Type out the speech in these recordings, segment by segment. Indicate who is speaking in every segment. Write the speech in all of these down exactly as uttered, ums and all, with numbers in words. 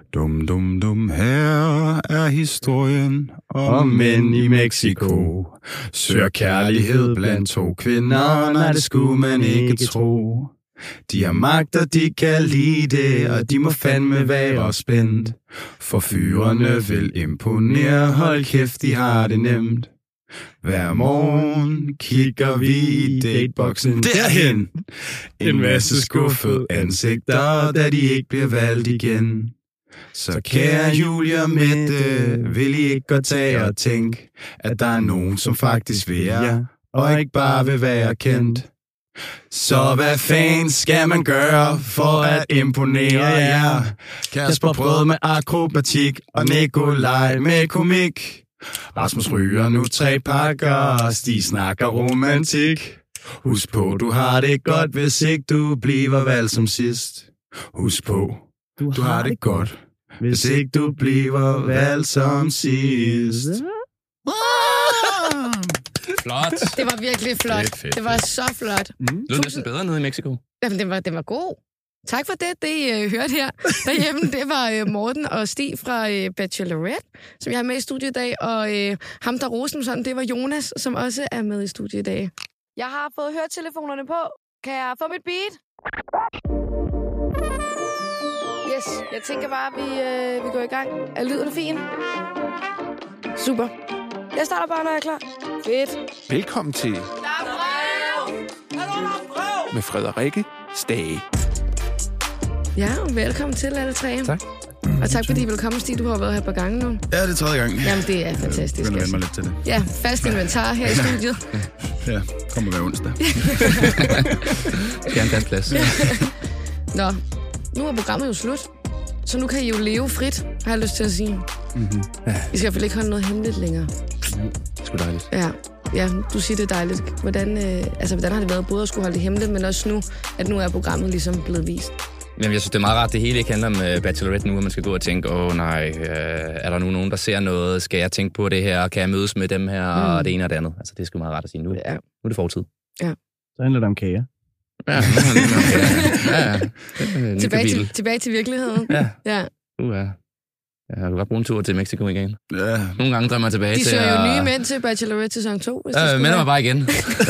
Speaker 1: Dum, dum, dum, her er historien om mænd i Mexico. Søger kærlighed blandt to kvinder, nej det skulle man ikke tro. De har magt, og de kan lide det, og de må fandme være spændt. For fyrerne vil imponere, hold kæft, de har det nemt. Hver morgen kigger vi i dateboksen derhen. En masse skuffede ansigter, da de ikke bliver valgt igen. Så kære Julia og Mette, vil I ikke godt tage og tænke, at der er nogen, som faktisk vil jer, og ikke bare vil være kendt. Så hvad fanden skal man gøre for at imponere jer? Kasper prøvede med akrobatik, og Nikolaj med komik. Rasmus ryger nu tre pakker, og Stig snakker romantik. Husk på, du har det godt, hvis ikke du bliver valgt som sidst. Husk på, du, du har det godt, hvis ikke du bliver valgt som sidst.
Speaker 2: Flot.
Speaker 3: Det var virkelig flot.
Speaker 2: Det, fedt,
Speaker 3: det var så flot.
Speaker 2: Mm. Lød næsten bedre nede i Mexico.
Speaker 3: Jamen, det var, det var god. Tak for det, det I uh, hørte her derhjemme. Det var uh, Morten og Stig fra uh, Bachelorette, som jeg har med i studiet i dag. Og uh, ham, der roste sådan, det var Jonas, som også er med i studiet i dag. Jeg har fået høretelefonerne på. Kan jeg få mit beat? Yes, jeg tænker bare, at vi, uh, vi går i gang. Er lyden fin? Super. Jeg starter bare, når jeg er klar. Fedt.
Speaker 4: Velkommen til...
Speaker 3: Der er brev! Er du der brev?
Speaker 4: Med Frederikke Stage.
Speaker 3: Ja, velkommen til alle tre.
Speaker 4: Tak.
Speaker 3: Og tak fordi I vil komme, Stig. Du har været her på gangen nu.
Speaker 1: Ja, det er tredje gang.
Speaker 3: Jamen, det er fantastisk.
Speaker 1: Jeg vende mig lidt til det.
Speaker 3: Ja, fast inventar her i studiet.
Speaker 1: Ja, kommer hver onsdag.
Speaker 2: Gerne dansk plads.
Speaker 3: Nå, nu er programmet jo slut. Så nu kan I jo leve frit, har jeg lyst til at sige.
Speaker 2: Mm-hmm. Ja.
Speaker 3: I skal i hvert fald ikke holde noget hemmeligt længere.
Speaker 2: Det er sgu dejligt.
Speaker 3: Ja, ja, du siger, det er dejligt. Hvordan, øh, altså, hvordan har det været både at skulle holde det hemmeligt, men også nu, at nu er programmet ligesom blevet vist?
Speaker 2: Jamen, jeg synes, det er meget rart, det hele ikke handler om uh, Bachelorette nu, hvor man skal gå og tænke, åh oh, nej, uh, er der nu nogen, der ser noget? Skal jeg tænke på det her? Kan jeg mødes med dem her? Mm. Og det ene og det andet. Altså, det er sgu meget rart at sige. Nu,
Speaker 3: ja.
Speaker 2: nu er det fortid.
Speaker 3: Ja.
Speaker 5: Så handler det om kager.
Speaker 2: Ja, ja, ja. ja.
Speaker 3: Tilbage, til, tilbage til virkeligheden.
Speaker 2: Ja.
Speaker 3: Ja.
Speaker 2: Uh, ja. Jeg har godt brugt en tur til Mexico igen.
Speaker 1: Ja.
Speaker 2: Nogle gange drømmer jeg tilbage
Speaker 3: De
Speaker 2: til...
Speaker 3: De søger jo
Speaker 2: uh...
Speaker 3: nye mænd til Bachelorette sæson to, hvis
Speaker 2: øh,
Speaker 3: det
Speaker 2: mænder mig bare igen.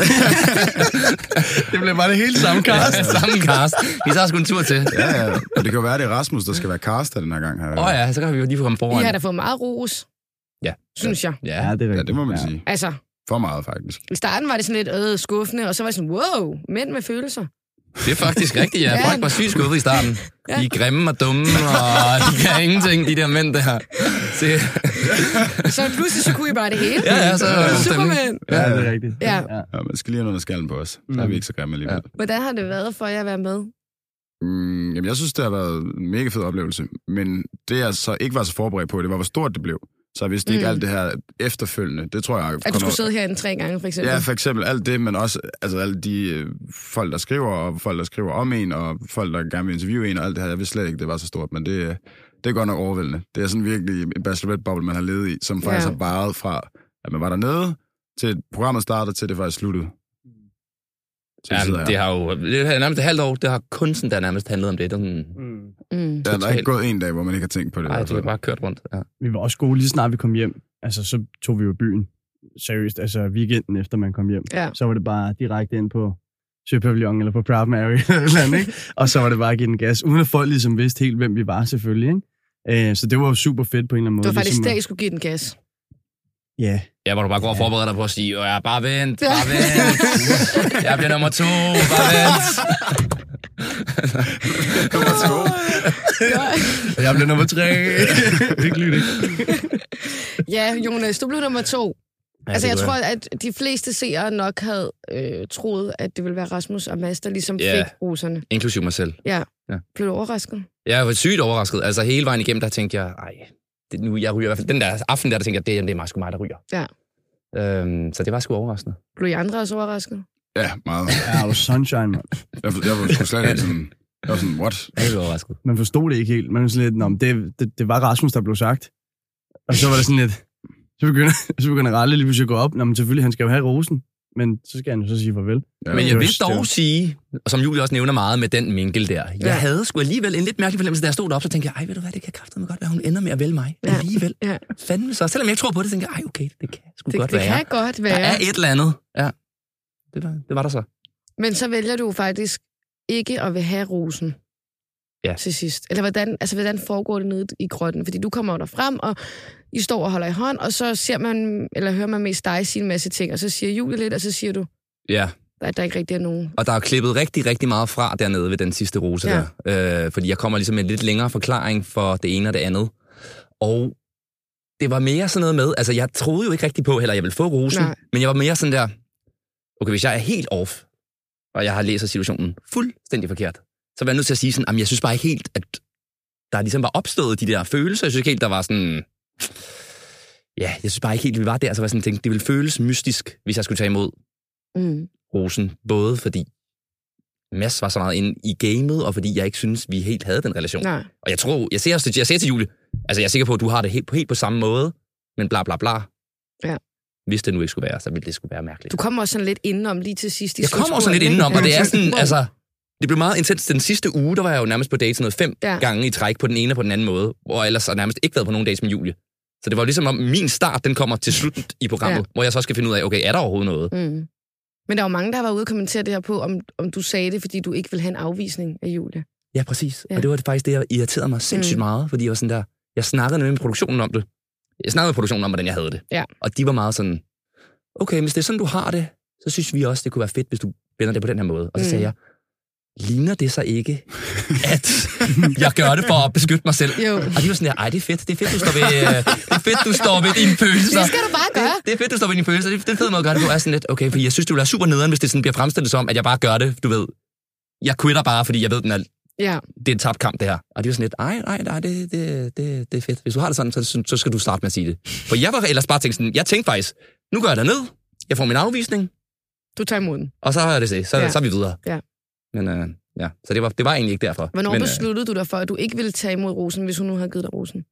Speaker 5: Det bliver bare det hele samme cast.
Speaker 2: Ja, samme cast. Vi tager sgu en tur til.
Speaker 1: Ja, ja. Og det kan jo være, det er Rasmus, der skal være caster den her gang. Åh
Speaker 2: oh, ja, så kan vi jo lige få komme foran.
Speaker 3: I har da fået meget ros,
Speaker 2: ja.
Speaker 3: synes jeg.
Speaker 2: Ja,
Speaker 5: ja, det, er
Speaker 1: ja, det må man
Speaker 5: ja.
Speaker 1: sige.
Speaker 3: Altså,
Speaker 1: for meget, faktisk.
Speaker 3: I starten var det sådan lidt øh, skuffende, og så var det sådan, wow, mænd med følelser.
Speaker 2: Det er faktisk rigtigt, ja.
Speaker 3: Ja.
Speaker 2: Folk var sygt skuffet i starten.
Speaker 3: Ja.
Speaker 2: De er grimme og dumme, og de kan ingenting, de der mænd der. Så,
Speaker 3: så pludselig så kunne I bare det hele.
Speaker 2: Ja, ja, så var det
Speaker 3: Superman.
Speaker 5: Ja, det er rigtigt.
Speaker 3: Ja.
Speaker 5: Ja.
Speaker 1: Ja, man skal lige have noget af skallen på os. Så er vi ikke så grimme alligevel. Ja.
Speaker 3: Hvordan har det været for jer at være med?
Speaker 1: Mm, jamen, jeg synes, det har været en mega fed oplevelse. Men det, jeg så ikke var så forberedt på, det var, hvor stort det blev. Så jeg vidste ikke mm. alt det her efterfølgende. Det tror jeg...
Speaker 3: At du skulle sidde herinde tre gange, for eksempel?
Speaker 1: Ja, for eksempel alt det, men også altså, alle de øh, folk, der skriver, og folk, der skriver om en, og folk, der gerne vil interviewe en, og alt det her. Jeg vidste slet ikke, det var så stort, men det, det er godt nok overvældende. Det er sådan virkelig en bachelorette-boble, man har levet i, som faktisk ja. har varet fra, at man var dernede, til programmet startede, til det faktisk sluttede.
Speaker 2: Ja, det har jo det har nærmest et halvt år, det har kunsten der nærmest handlet om det. Den,
Speaker 3: mm.
Speaker 1: mm. Der er ikke gået en dag, hvor man ikke har tænkt på det.
Speaker 2: Nej, det er bare kørt rundt. Ja.
Speaker 5: Vi var også gode lige snart vi kom hjem. Altså, så tog vi jo byen. Seriøst, altså weekenden efter man kom hjem.
Speaker 3: Ja.
Speaker 5: Så var det bare direkte ind på Søpavillon eller på Proud Mary eller andet, ikke? Og så var det bare at give den gas, uden at folk ligesom vidste helt, hvem vi var selvfølgelig, ikke? Så det var jo super fedt på en eller anden måde.
Speaker 3: Det var faktisk
Speaker 5: ligesom,
Speaker 3: der, I skulle give den gas.
Speaker 5: Ja. Yeah.
Speaker 2: Ja, hvor du bare går og forbereder dig på at sige, ja, bare vent, bare vent. Jeg bliver nummer to, bare vent.
Speaker 1: nummer to.
Speaker 5: Jeg bliver nummer tre. Ikke lyt,
Speaker 3: Ja, Jonas, du blev nummer to. Ja, altså, jeg tror, at de fleste seere nok havde øh, troet, at det ville være Rasmus og Mads, der ligesom
Speaker 2: ja,
Speaker 3: fik roserne.
Speaker 2: Inklusive mig selv.
Speaker 3: Ja.
Speaker 2: ja.
Speaker 3: Blev du overrasket?
Speaker 2: Jeg var sygt overrasket. Altså, hele vejen igennem, der tænkte jeg, ej, det, nu, jeg ryger i hvert fald. Den der aften der, der tænkte jeg, det, det er mig, sgu mig, der ryger.
Speaker 3: Ja.
Speaker 2: Øhm, så det var sgu overraskende.
Speaker 3: Blev I andre også overrasket?
Speaker 1: Ja, meget.
Speaker 5: Ja, det var sunshine, man.
Speaker 1: Jeg, jeg var sgu slet ikke sådan... Jeg var sådan, what?
Speaker 2: Jeg blev overrasket.
Speaker 5: Man forstod det ikke helt. Man var sådan lidt, nå, det, det, det var Rasmus, der blev sagt. Og så var det sådan lidt... Så begynder, så begynder Ralle lige pludselig at gå op. Nå, men selvfølgelig, han skal jo have rosen. men så skal han jo så sige farvel.
Speaker 1: Ja.
Speaker 2: Men jeg
Speaker 5: Det
Speaker 2: vil
Speaker 5: var-
Speaker 2: dog sige, og som Julie også nævner meget med den minkel der, jeg
Speaker 3: Ja.
Speaker 2: havde sgu alligevel en lidt mærkelig fornemmelse, da jeg stod deroppe, så tænkte jeg, ej, ved du hvad, det kan kraftedeme godt være, hun ender med at vælge mig
Speaker 3: Ja.
Speaker 2: alligevel.
Speaker 3: Ja.
Speaker 2: Fandme så. Selvom jeg ikke tror på det, tænkte jeg, ej, okay, det kan sgu
Speaker 3: Det,
Speaker 2: godt
Speaker 3: det
Speaker 2: være.
Speaker 3: kan godt være.
Speaker 2: Der er et eller andet. Ja, det var, det var der så.
Speaker 3: Men så vælger du faktisk ikke at vil have rosen
Speaker 2: Ja.
Speaker 3: til sidst. Eller hvordan, altså, hvordan foregår det nede i grotten? Fordi du kommer der frem, og I står og holder i hånd, og så ser man, eller hører man mest dig sige en masse ting, og så siger Julie lidt, og så siger du,
Speaker 2: Ja,
Speaker 3: at der ikke rigtig er nogen.
Speaker 2: og der er klippet rigtig, rigtig meget fra dernede ved den sidste rose
Speaker 3: Ja.
Speaker 2: der. Øh, fordi jeg kommer ligesom med en lidt længere forklaring for det ene og det andet. Og det var mere sådan noget med, altså jeg troede jo ikke rigtig på heller, at jeg ville få rosen,
Speaker 3: Nej.
Speaker 2: men jeg var mere sådan der, okay, hvis jeg er helt off, og jeg har læst situationen fuldstændig forkert, så var jeg nødt til at sige sådan, jamen jeg synes bare ikke helt, at der ligesom var opstået de der følelser. Jeg synes ikke helt, der var sådan, ja, jeg synes bare ikke helt, vi var der, så var jeg sådan tænkte, det ville føles mystisk, hvis jeg skulle tage imod
Speaker 3: Mm.
Speaker 2: rosen, både fordi Mads var så meget inde i gamet, og fordi jeg ikke synes, vi helt havde den relation.
Speaker 3: Nej.
Speaker 2: Og jeg tror, jeg ser også, jeg siger til Julie, altså jeg er sikker på, at du har det helt på, helt på samme måde, men bla bla bla.
Speaker 3: Ja.
Speaker 2: Hvis det nu ikke skulle være, så ville det skulle være mærkeligt.
Speaker 3: Du kommer også sådan lidt indenom lige til sidst. I
Speaker 2: Jeg kommer også
Speaker 3: slutspurten,
Speaker 2: lidt
Speaker 3: ikke?
Speaker 2: indenom, og det er
Speaker 3: Ja.
Speaker 2: sådan,
Speaker 3: Wow.
Speaker 2: altså, det blev meget intens. Den sidste uge, der var jeg jo nærmest på date sådan noget fem
Speaker 3: Ja.
Speaker 2: ja. gange i træk på den ene og på den anden måde, hvor jeg ellers har nærmest ikke været på nogen dates med Julie. Så det var ligesom om min start, den kommer til slut i programmet,
Speaker 3: Ja.
Speaker 2: ja. hvor jeg så skal finde ud af, okay, er der overhovedet noget?
Speaker 3: Mm. Men der er jo mange, der har været ude og kommentere det her på, om, om du sagde det, fordi du ikke vil have en afvisning af Julie.
Speaker 2: Ja, præcis.
Speaker 3: Ja.
Speaker 2: Ja. Og det var faktisk det, jeg irriterede mig sindssygt
Speaker 3: Mm.
Speaker 2: mm. meget, fordi jeg var sådan der, jeg snakkede med produktionen om det. Jeg snakkede med produktionen om, hvordan jeg havde det.
Speaker 3: Ja.
Speaker 2: Og de var meget sådan, okay, hvis det er sådan, du har det, så synes vi også, det kunne være fedt, hvis du vender det på den her måde. Og så
Speaker 3: Mm.
Speaker 2: mm. sagde jeg, ligner det så ikke, at jeg gør det for at beskytte mig selv?
Speaker 3: Jo.
Speaker 2: Og de var sådan der, ej, det er fedt, det er fedt, du står ved, øh, det er fedt, du står ved dine følelser.
Speaker 3: Det skal du bare gøre.
Speaker 2: Det, det er fedt, du står ved dine følelser. Det, det er en fed måde at gøre det på. Jeg er sådan lidt, okay, for jeg synes, det ville være super nederen, hvis det sådan bliver fremstillet som, at jeg bare gør det, du ved. Jeg quitter bare, fordi jeg ved, den er,
Speaker 3: Ja.
Speaker 2: det er en tabt kamp, det her. Og de var sådan lidt, ej, nej, nej, det, det, det, det er fedt. Hvis du har det sådan, så, så skal du starte med at sige det. For jeg var ellers bare tænkt sådan, jeg tænkte faktisk, nu går jeg derned, jeg får min afvisning,
Speaker 3: Du tager imod den.
Speaker 2: og så er det det. Så,
Speaker 3: Ja.
Speaker 2: ja. så er vi videre.
Speaker 3: Ja.
Speaker 2: Men øh, ja, så det var, det var egentlig ikke derfor.
Speaker 3: Hvornår
Speaker 2: Men,
Speaker 3: besluttede du dig for, at du ikke ville tage imod rosen, hvis hun nu havde givet dig rosen?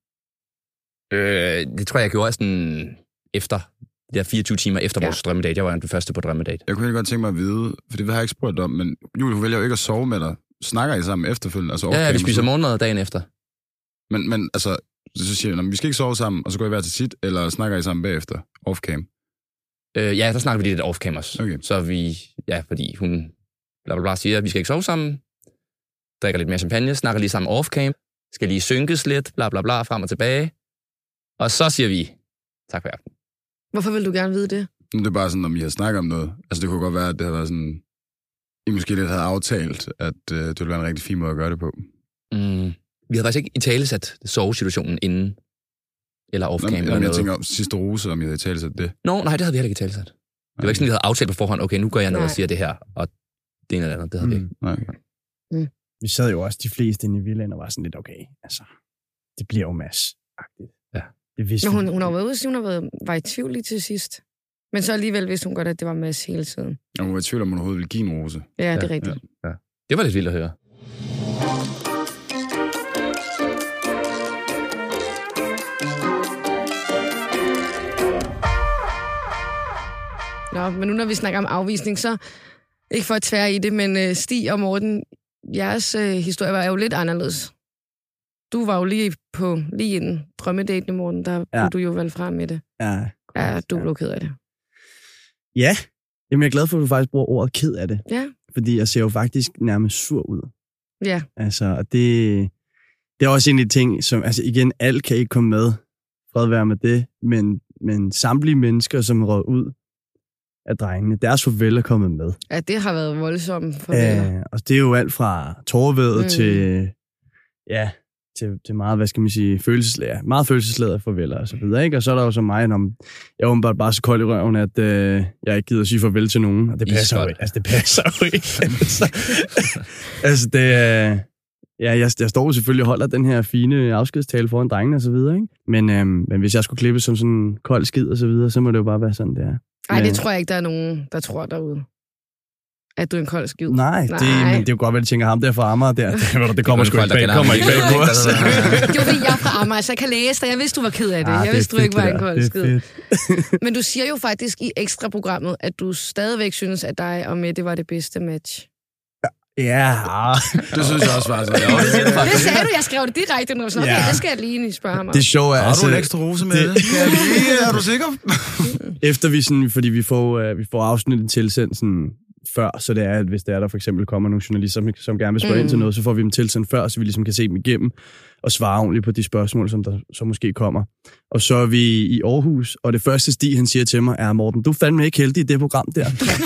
Speaker 2: øh, det tror jeg, jeg gjorde sådan efter, de der fireogtyve timer efter
Speaker 3: Ja.
Speaker 2: vores drømmedate. Jeg var den første på drømmedate.
Speaker 1: Jeg kunne egentlig godt tænke mig at vide, for det har jeg ikke spurgt om, men Julie, hun vælger jo ikke at sove med dig. Snakker I sammen efterfølgende? Altså
Speaker 2: Ja, ja, vi
Speaker 1: off-cam,
Speaker 2: spiser
Speaker 1: så-
Speaker 2: morgenmad dagen efter.
Speaker 1: Men, men altså, så siger jeg, vi skal ikke sove sammen, og så går I hver til sit, eller snakker I sammen bagefter? Off-cam?
Speaker 2: Øh, ja, der snakker vi lidt off-cam også.
Speaker 1: Okay.
Speaker 2: Så vi, ja, fordi hun bla, bla, bla, siger, at vi skal ikke sove sammen, drikker lidt mere champagne, snakker lige sammen off-cam, skal lige synkes lidt, bla bla bla, frem og tilbage. Og så siger vi, tak for aften.
Speaker 3: Hvorfor vil du gerne vide det?
Speaker 1: Det er bare sådan, om I har snakket om noget. Altså, det kunne godt være, at det havde været sådan... I måske lidt havde aftalt, at øh, det ville være en rigtig fin måde at gøre det på.
Speaker 2: Mm. Vi havde faktisk ikke i tale sat sovesituationen inden, eller
Speaker 1: Nå,
Speaker 2: off-cam.
Speaker 1: men,
Speaker 2: eller
Speaker 1: jeg
Speaker 2: noget.
Speaker 1: tænker om sidste rose, om I havde i tale sat det.
Speaker 2: Nå, nej, det havde vi heller ikke i tale sat. Det var ikke sådan, vi havde aftalt på forhånd, okay, nu går jeg ned
Speaker 3: Nej.
Speaker 2: og siger det her, og det ene eller andet, det havde vi ikke.
Speaker 1: Mm. Nej, okay.
Speaker 5: Vi sad jo også de fleste inde i villaen og var sådan lidt, okay, altså, det bliver jo Mads-agtigt.
Speaker 2: Ja.
Speaker 5: Det vidste
Speaker 3: Nå, hun,
Speaker 5: vi.
Speaker 3: hun har været ude og sige, hun har været, var i tvivl lige til sidst. Men så alligevel vidste hun godt, at det var Mads hele tiden.
Speaker 1: Og hun var i tvivl om, hun overhovedet ville give en rose.
Speaker 3: Ja, det er
Speaker 2: Ja,
Speaker 3: rigtigt.
Speaker 2: Det var lidt vildt at høre.
Speaker 3: Nå, men nu når vi snakker om afvisning, så ikke for at tvære i det, men uh, Stig og Morten, jeres uh, historie var jo lidt anderledes. Du var jo lige på lige inden drømmedaten, Morten, der
Speaker 5: Ja.
Speaker 3: ja. du jo valgt frem med det.
Speaker 5: Ja,
Speaker 3: Ja, du blev ked af det.
Speaker 5: ja. Jamen, jeg er glad for, at du faktisk bruger ordet ked af det.
Speaker 3: Ja,
Speaker 5: Fordi jeg ser jo faktisk nærmest sur ud.
Speaker 3: ja.
Speaker 5: Altså, og det, det er også en af de ting, som, altså igen, alt kan ikke komme med. Fred være med det. Men, men samtlige mennesker, som råd ud af drengene, deres farvel er kommet med.
Speaker 3: Ja, det har været voldsomt for mig.
Speaker 5: Øh, og det er jo alt fra tårevædet
Speaker 3: Mm.
Speaker 5: mm. til, ja, til, til meget, hvad skal man sige, følelseslader. Meget følelseslader farveler og så videre, ikke? Og så er der jo så mig, når jeg er åbenbart bare så kold i røven, at øh, jeg ikke gider at sige farvel til nogen. Og det passer jo
Speaker 2: Iskold.
Speaker 5: ikke. Altså, det passer jo ikke. altså, altså, det er... Ja, jeg, jeg står jo selvfølgelig og holder den her fine afskedstale foran drengene og så videre, ikke? Men, øhm, men hvis jeg skulle klippe som sådan en kold skid og så videre, så må det jo bare være sådan, det er.
Speaker 3: Ej,
Speaker 5: Men-
Speaker 3: det tror jeg ikke, der er nogen, der tror derude. at du er en kold skid.
Speaker 5: Nej,
Speaker 3: Nej.
Speaker 5: Det, men det er jo godt, at de tænker ham der fra Amager der. Det, det kommer sgu ikke bag, kommer ikke bag på os.
Speaker 3: Det var fordi, jeg er fra Amager, så jeg kan læse dig. Jeg vidste, du var ked af det.
Speaker 5: Ah,
Speaker 3: jeg
Speaker 5: det
Speaker 3: vidste, du
Speaker 5: fedt,
Speaker 3: ikke var
Speaker 5: det
Speaker 3: en
Speaker 5: der.
Speaker 3: kold
Speaker 5: Det
Speaker 3: skid. Men du siger jo faktisk i Ekstra-programmet, at du stadigvæk synes, at dig og Mette var det bedste match.
Speaker 5: Ja.
Speaker 1: Det synes jeg også var så.
Speaker 2: Jo, det siger du
Speaker 3: Det
Speaker 2: faktisk.
Speaker 3: sagde du, jeg skrev det direkte, når du sådan, okay,
Speaker 5: Ja.
Speaker 3: det skal jeg lige spørge ham om.
Speaker 5: Det er sjovt,
Speaker 1: Har
Speaker 5: altså...
Speaker 1: du en ekstra rose med det? det? Kan jeg lige? Er du sikker?
Speaker 5: Efter vi sådan, fordi vi får, uh, vi får afsnittet tilsendt sådan før, så det er, at hvis der er der for eksempel kommer nogle journalister, som, som gerne vil spørge mm. ind til noget, så får vi dem tilsendt før, så vi ligesom kan se dem igennem og svare ordentligt på de spørgsmål, som der så måske kommer. Og så er vi i Aarhus, og det første Stig, han siger til mig, er, Morten, du er fandme ikke heldig i det program der.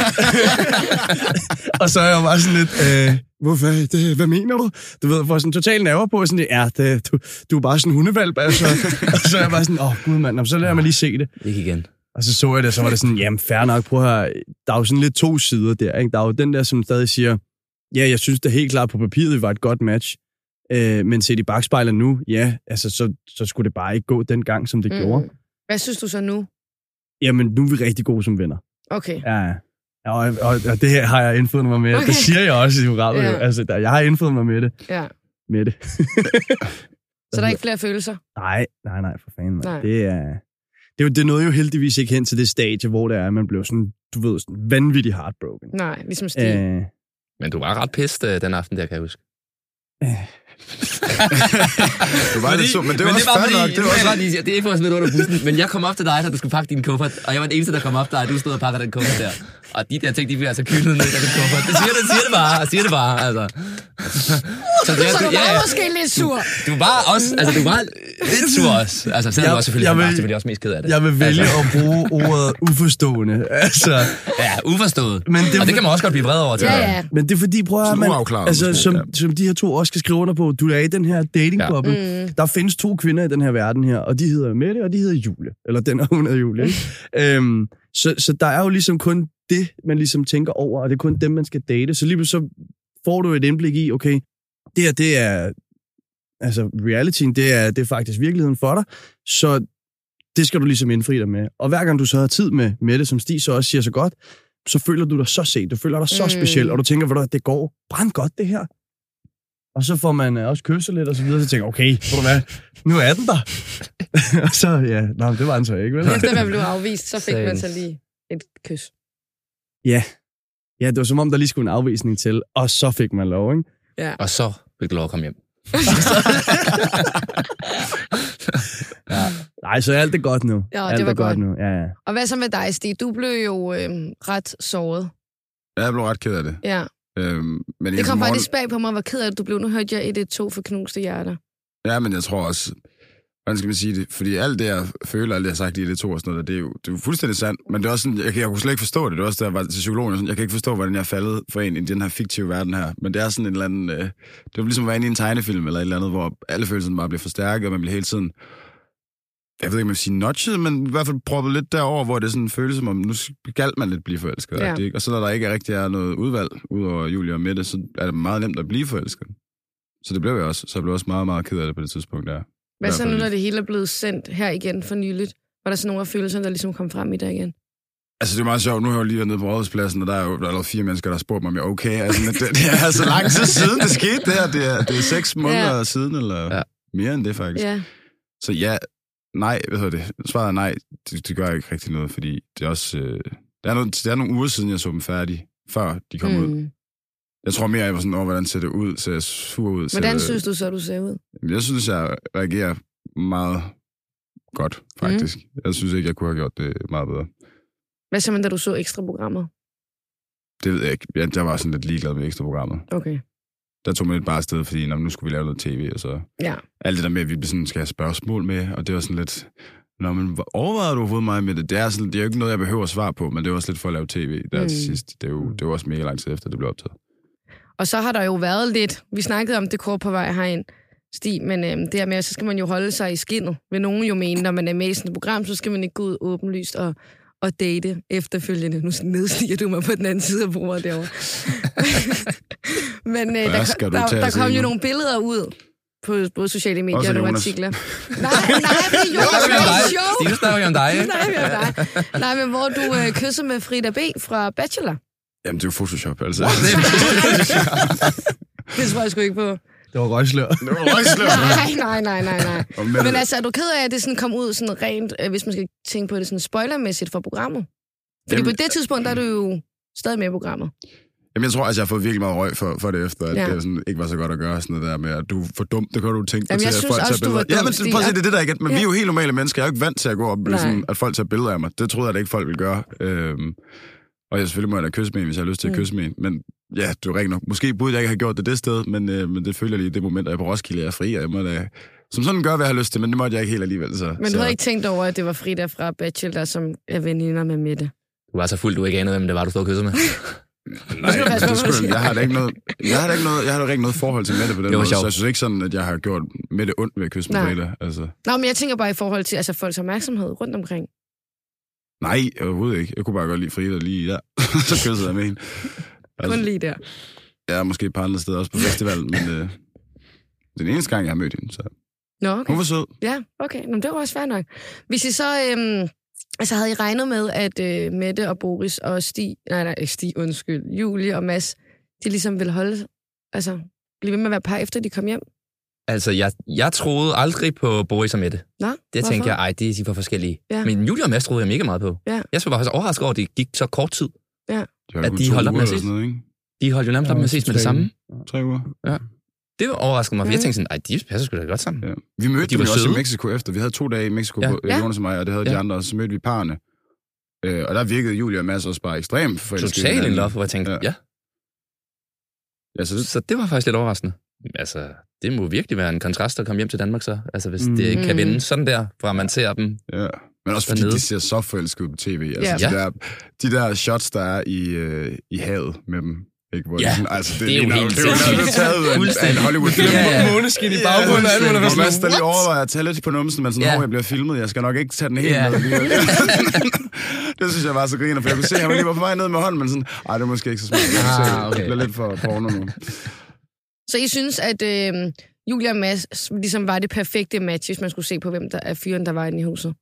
Speaker 5: Og så er jeg bare sådan lidt, øh, hvorfor, det, hvad mener du? Du ved, får sådan total nerver på, sådan, ja, det, du, du er bare sådan en hundevalp, altså. Og så er jeg bare sådan, åh, oh, gud mand, så lader mig lige se det.
Speaker 2: Ikke igen.
Speaker 5: Og så så jeg det, så var det sådan, jamen fair nok, prøv at høre, der er jo sådan lidt to sider der, ikke? Der er jo den der, som stadig siger, ja, jeg synes det helt klart på papiret var et godt match, øh, men set i bagspejlet nu, ja, altså så, så skulle det bare ikke gå den gang, som det mm. gjorde.
Speaker 3: Hvad synes du så nu?
Speaker 5: Jamen, nu er vi rigtig gode som venner.
Speaker 3: Okay.
Speaker 5: Ja, ja. Og, og, og det her har jeg indfødt mig med. Okay. Det siger jeg også i programmet.
Speaker 3: Ja.
Speaker 5: Altså, der, jeg har indfødt mig med det.
Speaker 3: Ja.
Speaker 5: Med det.
Speaker 3: Så der er ikke flere følelser?
Speaker 5: Nej, nej, nej, for fanden.
Speaker 3: Nej.
Speaker 5: Det er... Det, er jo, det nåede jo heldigvis ikke hen til det stadie, hvor det er, at man blev sådan, du ved, sådan vanvittigt heartbroken.
Speaker 3: Nej, ligesom Stig.
Speaker 5: Øh,
Speaker 2: Men du var ret pissed øh, den aften der, kan jeg huske.
Speaker 1: Du var lidt så, men det var
Speaker 2: men
Speaker 1: også
Speaker 2: det var
Speaker 1: fair
Speaker 2: fordi,
Speaker 1: nok. Det var også...
Speaker 2: det, lige, det er ikke for at smide under bussen, men jeg kom op til dig, da du skulle pakke din kuffert, og jeg var den eneste, der kom op til dig, og du stod og pakker den kuffert der. Og de der ting, de bliver altså kyldet ned i den kuffert. Det siger det, siger det bare, siger det bare, altså.
Speaker 3: Så, det, så du var ja, måske lidt sur.
Speaker 2: Du, du var også, altså du var lidt sur også. Altså selvom du også selvfølgelig, jeg vil, var selvfølgelig også mest ked af det.
Speaker 5: Jeg vil vælge altså. at bruge ordet uforstående. Altså,
Speaker 2: ja, uforstået. Men det, og det kan man også godt blive vred over til.
Speaker 3: Ja, ja.
Speaker 5: Men det er fordi, prøv at man, altså, som,
Speaker 1: ja.
Speaker 5: som de her to også skal skrive under på, du er i den her datingboble.
Speaker 3: Ja. Mm.
Speaker 5: Der findes to kvinder i den her verden her, og de hedder Mette, og de hedder Julie. Eller den, og hun hedder Julie. øhm, så, så der er jo ligesom kun det, man ligesom tænker over, og det er kun dem, man skal date. Så lige så får du et indblik i, okay, det her, det er, altså realityen, det er, det er faktisk virkeligheden for dig, så det skal du ligesom indfri dig med. Og hver gang du så har tid med, med det, som Stig så også siger så godt, så føler du dig så set, du føler dig så mm. speciel, og du tænker, ved du, det går brand godt det her. Og så får man også kysset lidt og så videre, så tænker okay, ved du hvad, nu er den der. Og så, ja, nej, det var den så ikke, vel?
Speaker 3: Efter man blev afvist, så fik man så lige et kys.
Speaker 5: Ja. Ja, det var som om, der lige skulle en afvisning til, og så fik man lov, ikke?
Speaker 3: Ja.
Speaker 2: Og så fik du lov at komme hjem.
Speaker 5: Ja. Nej, så er alt det godt nu.
Speaker 3: Ja,
Speaker 5: alt
Speaker 3: det var
Speaker 5: er godt
Speaker 3: godt.
Speaker 5: nu. Ja, ja.
Speaker 3: Og hvad så med dig, Stig? Du blev jo øh, ret såret.
Speaker 1: Ja, jeg blev ret ked af det.
Speaker 3: Ja.
Speaker 1: Øhm, men
Speaker 3: Det kom faktisk bag på mig, hvor ked af det du blev. Nu hørte jeg et et to for knuste hjerter.
Speaker 1: Ja, men jeg tror også, hvordan skal man sige det? Fordi alt det, jeg føler, alt det, jeg har sagt i det to og sådan noget, det er jo, det er jo fuldstændig sandt. Men det er også sådan, jeg, jeg kunne slet ikke forstå det. Det er også, da jeg var til psykologen, sådan, jeg kan ikke forstå, hvordan jeg er faldet for en i den her fiktive verden her. Men det er sådan en eller anden, øh, det er ligesom at være inde i en tegnefilm eller et eller andet, hvor alle følelserne bare bliver forstærket, og man bliver hele tiden, jeg ved ikke, om man vil sige notchet, men i hvert fald proppet lidt derover, hvor det er sådan en følelse som om, nu skal man lidt blive forelsket.
Speaker 3: Ja.
Speaker 1: Ikke? Og så når der ikke rigtig er noget udvalg, udover Julie og Mette, så er det meget nemt at blive forelsket. Så det blev jeg også. Så jeg blev også meget, meget ked af det på det tidspunkt der.
Speaker 3: Hvad så nu, når det hele er blevet sendt her igen for nyligt? Var der så nogle af følelserne, der ligesom kom frem i dig igen?
Speaker 1: Altså, det er meget sjovt. Nu har jeg jo lige været nede på Rådhuspladsen, og der er jo der er allerede fire mennesker, der har spurgt mig, om jeg er okay. Altså, det, det er så lang tid siden, det skete det her. Det er, det er seks måneder ja. siden, eller ja. mere end det faktisk.
Speaker 3: Ja.
Speaker 1: Så ja, nej, hvad hedder det? Svaret er nej, det, det gør jeg ikke rigtig noget, fordi det er også... Øh, der, er noget, der er nogle uger siden, jeg så dem færdige, før de kom mm. ud. Jeg tror mere, jeg var sådan over, hvordan ser det ud, ser jeg sur ud.
Speaker 3: Hvordan
Speaker 1: ser,
Speaker 3: synes du så, du ser ud?
Speaker 1: Jeg synes, jeg reagerer meget godt, faktisk. Mm. Jeg synes ikke, jeg kunne have gjort det meget bedre.
Speaker 3: Hvad så man, da du så Ekstra-programmet?
Speaker 1: Det ved jeg ikke. Jeg, jeg var sådan lidt ligeglad med Ekstra-programmet.
Speaker 3: Okay.
Speaker 1: Der tog man lidt bare afsted, fordi nu skulle vi lave noget tv, og så...
Speaker 3: Ja.
Speaker 1: Alt det der med, at vi sådan skal have spørgsmål med, og det var sådan lidt... Nå, men overvejede du overhovedet mig med det? Det er, sådan, det er jo ikke noget, jeg behøver at svare på, men det er også lidt for at lave tv der mm. til sidst. Det er, jo, det er jo også mega lang tid efter, det blev optaget.
Speaker 3: Og så har der jo været lidt... Vi snakkede om det kort på vej herind, Stig, men øhm, det her med, så skal man jo holde sig i skindet. Vil nogen jo mene, når man er med i sådan et program, så skal man ikke gå ud åbenlyst og, og date efterfølgende. Nu nedstiger du mig på den anden side af bordet derovre. men øh, der, der, der kom jo nogle billeder ud på både sociale medier og nogle artikler. Nej, nej, det er Jonas, det er sjovt.
Speaker 2: Stig, snakker vi om dig.
Speaker 3: Nej, om dig. Nej, men hvor du øh, kysser med Frida B. fra Bachelor.
Speaker 1: Jamen, det er jo Photoshop, altså.
Speaker 3: Det tror jeg sgu ikke på.
Speaker 5: Det var røgslør.
Speaker 1: Det var røgslør.
Speaker 3: Nej, nej, nej, nej, nej.
Speaker 1: Men,
Speaker 3: Men altså, er du ked af, at det sådan kom ud sådan rent, øh, hvis man skal tænke på det sådan spoilermæssigt for programmet? Fordi
Speaker 1: Jamen,
Speaker 3: på det tidspunkt, der er du jo stadig med i programmet.
Speaker 1: Jamen, jeg tror, altså, jeg har fået virkelig meget røg for, for det efter, at
Speaker 3: Ja.
Speaker 1: det sådan, ikke var så godt at gøre sådan noget der med, at du er for dumt, det kan du tænke dig
Speaker 3: Jamen,
Speaker 1: til,
Speaker 3: jeg
Speaker 1: at
Speaker 3: synes
Speaker 1: folk
Speaker 3: også,
Speaker 1: tager
Speaker 3: du var
Speaker 1: billeder. Ja, men
Speaker 3: dum,
Speaker 1: prøv at se,
Speaker 3: Stig.
Speaker 1: det er det der ikke, men
Speaker 3: Ja.
Speaker 1: vi er jo helt normale mennesker. Jeg er jo ikke vant til at gå op og blive
Speaker 3: Nej.
Speaker 1: sådan, at folk tager billeder af mig. Det troede jeg da ikke, folk ville gøre. Øhm, og jeg selvfølgelig må jeg da kysse med en, hvis jeg har lyst til at
Speaker 3: Mm.
Speaker 1: kysse med en. Men ja, det er jo rigtigt nok. Måske burde jeg ikke have gjort det det sted, men, øh, men det føler jeg lige i det moment, at jeg er på Roskilde, jeg er fri, og jeg må da som sådan gør, hvad jeg har lyst til, men det måtte jeg ikke helt alligevel. Så,
Speaker 3: Men
Speaker 1: så.
Speaker 3: du havde ikke tænkt over, at det var Frida fra Bachelor, som er veninder med Mette?
Speaker 2: Du var så fuld, du ikke anede, hvem det var, du stod og kyssede med.
Speaker 1: Nej,
Speaker 3: skal du passe
Speaker 1: det
Speaker 3: på,
Speaker 1: skulle,
Speaker 3: hvad du
Speaker 1: jeg har da ikke noget, jeg har da ikke noget, jeg har da ikke noget forhold til Mette på den
Speaker 2: Det var
Speaker 1: måde,
Speaker 2: sjovt.
Speaker 1: så jeg synes ikke sådan, at jeg har gjort Mette ondt ved at kysse med
Speaker 3: Nej.
Speaker 1: Frida. Altså.
Speaker 3: Nå, men jeg tænker bare i forhold til altså, folks opmærksomhed rundt omkring.
Speaker 1: Nej, overhovedet ikke. Jeg kunne bare godt lide Frida lige der. Så kyssede jeg med hende.
Speaker 3: Kun lige der.
Speaker 1: Jeg er måske et par andre steder også på festivalen, men øh, den eneste gang, jeg har mødt hende, så
Speaker 3: Nå, okay.
Speaker 1: hun var sød.
Speaker 3: Ja, okay. Nå, det var også fair nok. Hvis I så... Øhm, altså, havde I regnet med, at øh, Mette og Boris og Stig... Nej, nej, ikke Stig, undskyld. Julie og Mads, de ligesom ville holde... Altså, blive ved med at være par efter, de kom hjem?
Speaker 2: Altså, jeg, jeg troede aldrig på Boris og Mette.
Speaker 3: Nå,
Speaker 2: Det
Speaker 3: hvorfor?
Speaker 2: tænkte jeg, ej, det er de for forskellige.
Speaker 3: Ja.
Speaker 2: Men Julie og Mads troede jeg mega meget på.
Speaker 3: Ja.
Speaker 2: Jeg var faktisk overrasket over, at det gik så kort tid.
Speaker 1: Det var
Speaker 2: At
Speaker 1: kun
Speaker 2: de
Speaker 1: to
Speaker 2: holdt op med
Speaker 1: uger
Speaker 2: at
Speaker 1: eller
Speaker 2: ses.
Speaker 1: sådan noget, ikke?
Speaker 2: De holdt jo nærmest op med at ses med det samme.
Speaker 1: Tre uger.
Speaker 2: Det var overraskende mig, for jeg
Speaker 3: Mm.
Speaker 2: tænkte sådan, ej, de passer sgu da godt sammen.
Speaker 1: Ja. Vi mødte
Speaker 2: De
Speaker 1: dem
Speaker 2: var
Speaker 1: jo også
Speaker 2: søde.
Speaker 1: i Mexico efter. Vi havde to dage i Mexico,
Speaker 2: Ja.
Speaker 1: ja.
Speaker 3: Ja.
Speaker 1: Jonas og mig, og det havde ja.
Speaker 2: Ja.
Speaker 1: de andre også. Så mødte vi parerne. Øh, og der virkede Julie og Mads også bare ekstremt forelskede. i
Speaker 2: Totalt in
Speaker 1: hinanden.
Speaker 2: love, hvor jeg tænkte,
Speaker 1: Ja.
Speaker 2: ja.
Speaker 1: Ja, så det,
Speaker 2: Så det var faktisk lidt overraskende. Altså, det må virkelig være en kontrast at komme hjem til Danmark så. Altså, hvis
Speaker 5: Mm.
Speaker 2: det ikke kan
Speaker 3: Mm.
Speaker 2: vende sådan der, fra man ser dem.
Speaker 1: ja. Men også fordi
Speaker 2: Dernede.
Speaker 1: de ser så forelskede ud på tv. Altså,
Speaker 3: Ja.
Speaker 1: de, der, de der shots, der er i, øh, i havet med dem. Ikke, hvor
Speaker 2: Ja,
Speaker 1: de sådan, altså,
Speaker 2: det er jo
Speaker 1: ligner
Speaker 2: helt
Speaker 1: det er jo
Speaker 2: sindssygt.
Speaker 1: nærmest taget ud af en- af en
Speaker 2: Fuldstændig.
Speaker 1: Hollywood-film.
Speaker 2: Ja, ja.
Speaker 5: Måneskin i baggrunden, og alt muligt.
Speaker 1: Og Mads, der lige overvejer at tage lidt på numsen, men sådan,
Speaker 2: Ja.
Speaker 1: yeah. jeg bliver filmet, jeg skal nok ikke tage den helt
Speaker 2: Ja.
Speaker 1: ned alligevel. Det synes jeg var så griner, for jeg kunne se, at han var lige var på vej ned med hånden, men sådan, ej, det er måske ikke så smart. Jeg kan se,
Speaker 2: Ah, okay.
Speaker 1: Det bliver lidt for porno nu.
Speaker 3: Så I synes, at øh, Julie og Mads ligesom var det perfekte match, hvis man skulle se på, hvem der er fyren, der var inde i huset?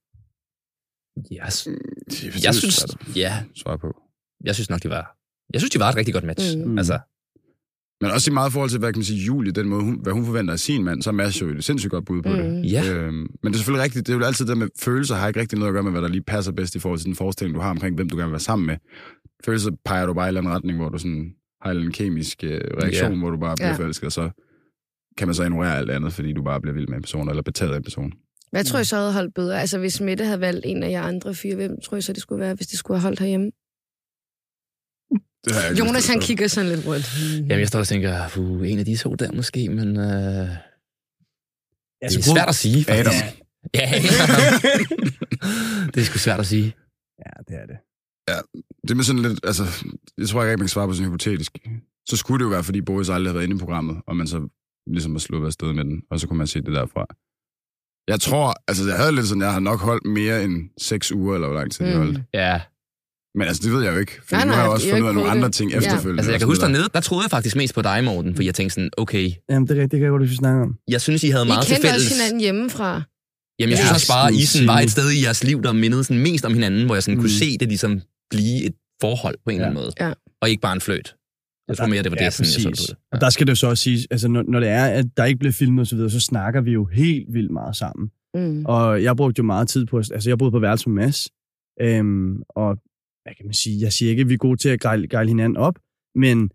Speaker 2: Yes.
Speaker 1: Det
Speaker 2: Jeg synes, ja,
Speaker 1: Svar på.
Speaker 2: jeg synes nok, de var... Jeg synes, de var et rigtig godt match.
Speaker 3: Mm.
Speaker 2: Mm. Altså,
Speaker 1: Men også i meget forhold til, hvad kan man sige, Julie, den måde, hun, hvad hun forventer af sin mand, så er Mads jo et sindssygt godt bud på
Speaker 3: Mm.
Speaker 1: det.
Speaker 2: ja.
Speaker 1: Øhm, men det er selvfølgelig rigtigt, det er jo altid det med følelser, har ikke rigtig noget at gøre med, hvad der lige passer bedst i forhold til den forestilling, du har omkring, hvem du gerne vil være sammen med. Følelser peger du bare i en eller anden retning, hvor du sådan har en kemisk øh, reaktion,
Speaker 2: Ja.
Speaker 1: hvor du bare bliver
Speaker 3: Ja.
Speaker 1: forelsket, og så kan man så ignorere alt andet, fordi du bare bliver vild med en person, eller betaget af en person.
Speaker 3: Hvad tror I så havde holdt bedre? Altså, hvis Mette havde valgt en af jer andre fyre, hvem tror I så, det skulle være, hvis det skulle have holdt herhjemme?
Speaker 1: Det har jeg ikke
Speaker 3: Jonas,
Speaker 1: lyst til
Speaker 3: han
Speaker 1: at
Speaker 3: kigger sådan lidt rundt.
Speaker 2: Jamen, jeg står og tænker, uh, en af de to der måske, men øh, det
Speaker 5: Altså,
Speaker 2: er svært at sige, faktisk.
Speaker 1: Adam.
Speaker 2: Ja, det er sgu svært at sige.
Speaker 5: Ja, det er det.
Speaker 1: Det er med sådan lidt, altså, jeg tror ikke, man kan svare på sådan hypotetisk. Så skulle det jo være, fordi Boris aldrig har været inde i programmet, og man så ligesom har sluppet afsted med den, og så kunne man se det derfra. Jeg tror, altså jeg havde lidt sådan, jeg har nok holdt mere end seks uger, eller hvor lang tid jeg
Speaker 3: Mm.
Speaker 1: holdt.
Speaker 2: Ja,
Speaker 1: Men altså, det ved jeg jo ikke, for
Speaker 3: Nej,
Speaker 1: nu har
Speaker 3: nej,
Speaker 1: jeg også
Speaker 3: jeg har
Speaker 1: fundet ud af
Speaker 3: ikke
Speaker 1: nogle
Speaker 3: prøvet
Speaker 1: andre
Speaker 3: det.
Speaker 1: ting
Speaker 3: Ja.
Speaker 1: efterfølgende.
Speaker 2: altså jeg kan
Speaker 1: og
Speaker 2: huske
Speaker 1: så videre.
Speaker 2: dernede, der troede jeg faktisk mest på dig, Morten, for jeg tænkte sådan, okay,
Speaker 5: Jamen, det er rigtigt, det kan jeg godt, hvis vi snakker om.
Speaker 2: jeg synes, I havde
Speaker 3: I
Speaker 2: meget til
Speaker 3: kendte
Speaker 2: fælles.
Speaker 3: også hinanden hjemmefra.
Speaker 2: Jamen, jeg
Speaker 3: Ja,
Speaker 2: synes også bare, at I sådan var
Speaker 5: sådan-
Speaker 2: et sted i jeres liv, der mindede sådan mest om hinanden, hvor jeg sådan
Speaker 5: Mm.
Speaker 2: kunne se det ligesom blive et forhold på en eller anden måde.
Speaker 3: Ja.
Speaker 2: Og ikke bare en fløjt. Jeg tror mere, det var det,
Speaker 5: Ja,
Speaker 2: sådan, jeg så det
Speaker 5: præcis.
Speaker 2: på det.
Speaker 5: Og der skal det jo så også sige, altså når, når det er, at der ikke bliver filmet osv., så, videre, så snakker vi jo helt vildt meget sammen.
Speaker 3: Mm.
Speaker 5: Og jeg brugte jo meget tid på, altså jeg boede på værelse med Mads, øhm, og hvad kan man sige, jeg siger ikke, at vi er gode til at gejle, gejle hinanden op, men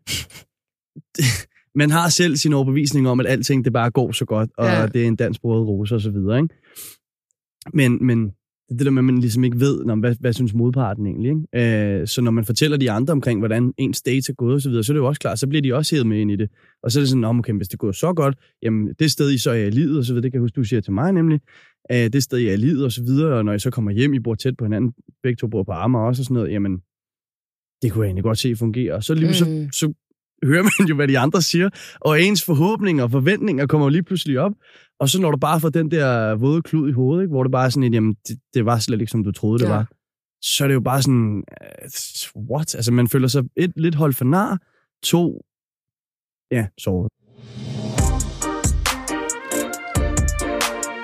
Speaker 5: man har selv sin overbevisning om, at alting det bare går så godt, og
Speaker 3: Ja.
Speaker 5: ja. det er en dans brød rose og så videre, ikke? Men, men det der med, at man ligesom ikke ved, når, hvad, hvad synes modparten egentlig, ikke? Øh, så når man fortæller de andre omkring, hvordan ens dates er gået og så videre, så er det jo også klart, så bliver de også hævet med ind i det. Og så er det sådan, om okay, hvis det går så godt, jamen det sted, I så er i livet og så videre, det kan jeg huske, du siger til mig nemlig, øh, det sted, I er i livet og så videre, og når I så kommer hjem, I bor tæt på hinanden, begge to bor på Amager også og sådan noget, jamen det kunne jeg egentlig godt se fungere. Og så lige
Speaker 3: Mm.
Speaker 5: så, så hører man jo, hvad de andre siger, og ens forhåbninger og forventninger kommer jo lige pludselig op, og så når du bare får den der våde klud i hovedet, ikke, hvor det bare er sådan et, jamen, det, det var slet ikke, som du troede, det
Speaker 3: Ja.
Speaker 5: var, så er det jo bare sådan, uh, what? Altså, man føler sig et, lidt holdt for nar, to, ja, såret.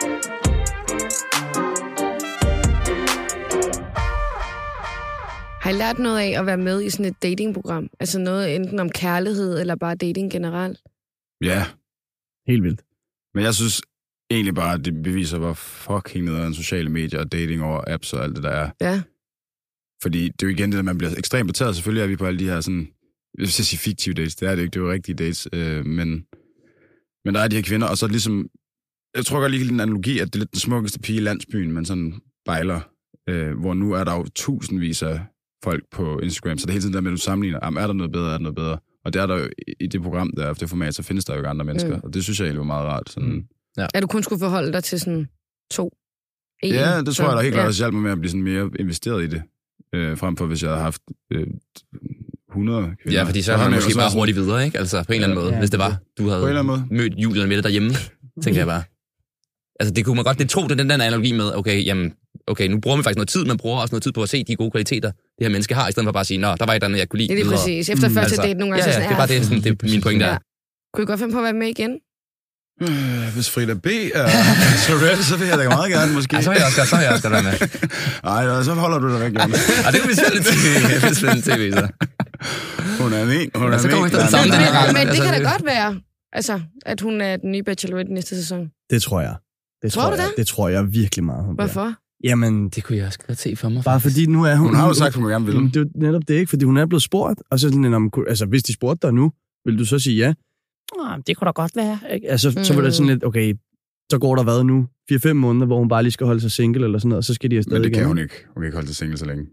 Speaker 3: Har Har I lært noget af at være med i sådan et datingprogram? Altså noget enten om kærlighed, eller bare dating generelt?
Speaker 1: Ja,
Speaker 5: Helt vildt.
Speaker 1: men jeg synes egentlig bare, at det beviser, hvor fucking nederen sociale medier og dating over apps og alt det der er.
Speaker 3: Ja.
Speaker 1: Fordi det er jo igen det, at man bliver ekstremt betalt. Selvfølgelig er vi på alle de her sådan, jeg vil sige fiktive dates, det er det ikke, det er jo rigtige dates, øh, men, men der er de her kvinder, og så ligesom, jeg tror godt lige en analogi, at det er lidt den smukkeste pige i landsbyen, man sådan bejler, øh, hvor nu er der jo tusindvis af folk på Instagram, så det er hele tiden der med, at du sammenligner, jamen, er der noget bedre, er der noget bedre? Og det er der jo i det program, der er det format, så findes der jo ikke andre mennesker, mm. og det synes jeg egentlig var meget rart. Sådan. Mm.
Speaker 2: Ja.
Speaker 3: At du kun skulle forholde dig til sådan to? En,
Speaker 1: Ja, det tror
Speaker 3: så,
Speaker 1: jeg da helt klart
Speaker 3: ja.
Speaker 1: også hjalp mig med at blive sådan mere investeret i det, øh, frem for hvis jeg havde haft øh, hundrede kvinder.
Speaker 2: Ja, fordi så har man måske bare hurtigt videre, ikke? Altså på en eller anden måde,
Speaker 5: Ja,
Speaker 2: hvis det var, du havde
Speaker 1: På en eller anden måde.
Speaker 2: mødt Julian med det derhjemme, tænker jeg bare. Altså det kunne man godt, det tog det den, den analogi med, okay, jamen, okay, nu bruger man faktisk noget tid, man bruger også noget tid på at se de gode kvaliteter, det her menneske har, i stedet for bare at sige, nå, der var et eller andet, jeg kunne lide.
Speaker 3: Det er lige
Speaker 2: videre.
Speaker 3: præcis. Efter
Speaker 5: Mm.
Speaker 3: første
Speaker 2: Altså,
Speaker 3: date nogle gange,
Speaker 2: ja,
Speaker 3: så
Speaker 2: ja,
Speaker 3: sådan,
Speaker 2: det er bare det, sådan, det er min pointe der.
Speaker 3: Ja. Kunne I godt finde på at være med igen?
Speaker 1: Øh, hvis Frida B. er Sorette, så vil jeg da meget gerne, måske.
Speaker 2: Ej, så vil jeg også godt, så vil jeg også godt være med.
Speaker 1: Nej, så holder du dig væk, Jonas.
Speaker 2: Ej, det kunne vi spille tv, vi spille tv, så.
Speaker 1: Hun er en, hun
Speaker 2: Ja,
Speaker 1: er
Speaker 2: så
Speaker 1: en.
Speaker 2: kommer vi til den
Speaker 1: Nej,
Speaker 2: samme
Speaker 1: nej,
Speaker 2: den her
Speaker 1: nej,
Speaker 2: gang.
Speaker 3: Men det
Speaker 2: altså,
Speaker 3: kan da
Speaker 2: det-
Speaker 3: godt være, altså, at hun er den nye Bachelorette næste sæson.
Speaker 5: Det tror jeg. Det
Speaker 3: Tror du
Speaker 5: jeg.
Speaker 3: det?
Speaker 5: Det tror jeg virkelig meget. hun bliver.
Speaker 3: Hvorfor?
Speaker 5: Jamen,
Speaker 2: Det kunne jeg også godt se for mig.
Speaker 5: bare fordi nu er hun...
Speaker 1: Hun har jo sagt, at hun gerne vil.
Speaker 5: Jamen, det er jo netop det ikke, fordi hun er blevet spurgt. Og så sådan, om, altså, hvis de spurgte dig nu, vil du så sige ja? Ah, det kunne da godt være. Ikke? Altså, mm. så var det sådan lidt, okay, så går der hvad nu? fire fem måneder, hvor hun bare lige skal holde sig single eller sådan noget, og så skal de afsted
Speaker 1: Men det
Speaker 5: igen.
Speaker 1: kan hun ikke. Hun kan ikke holde sig single så længe.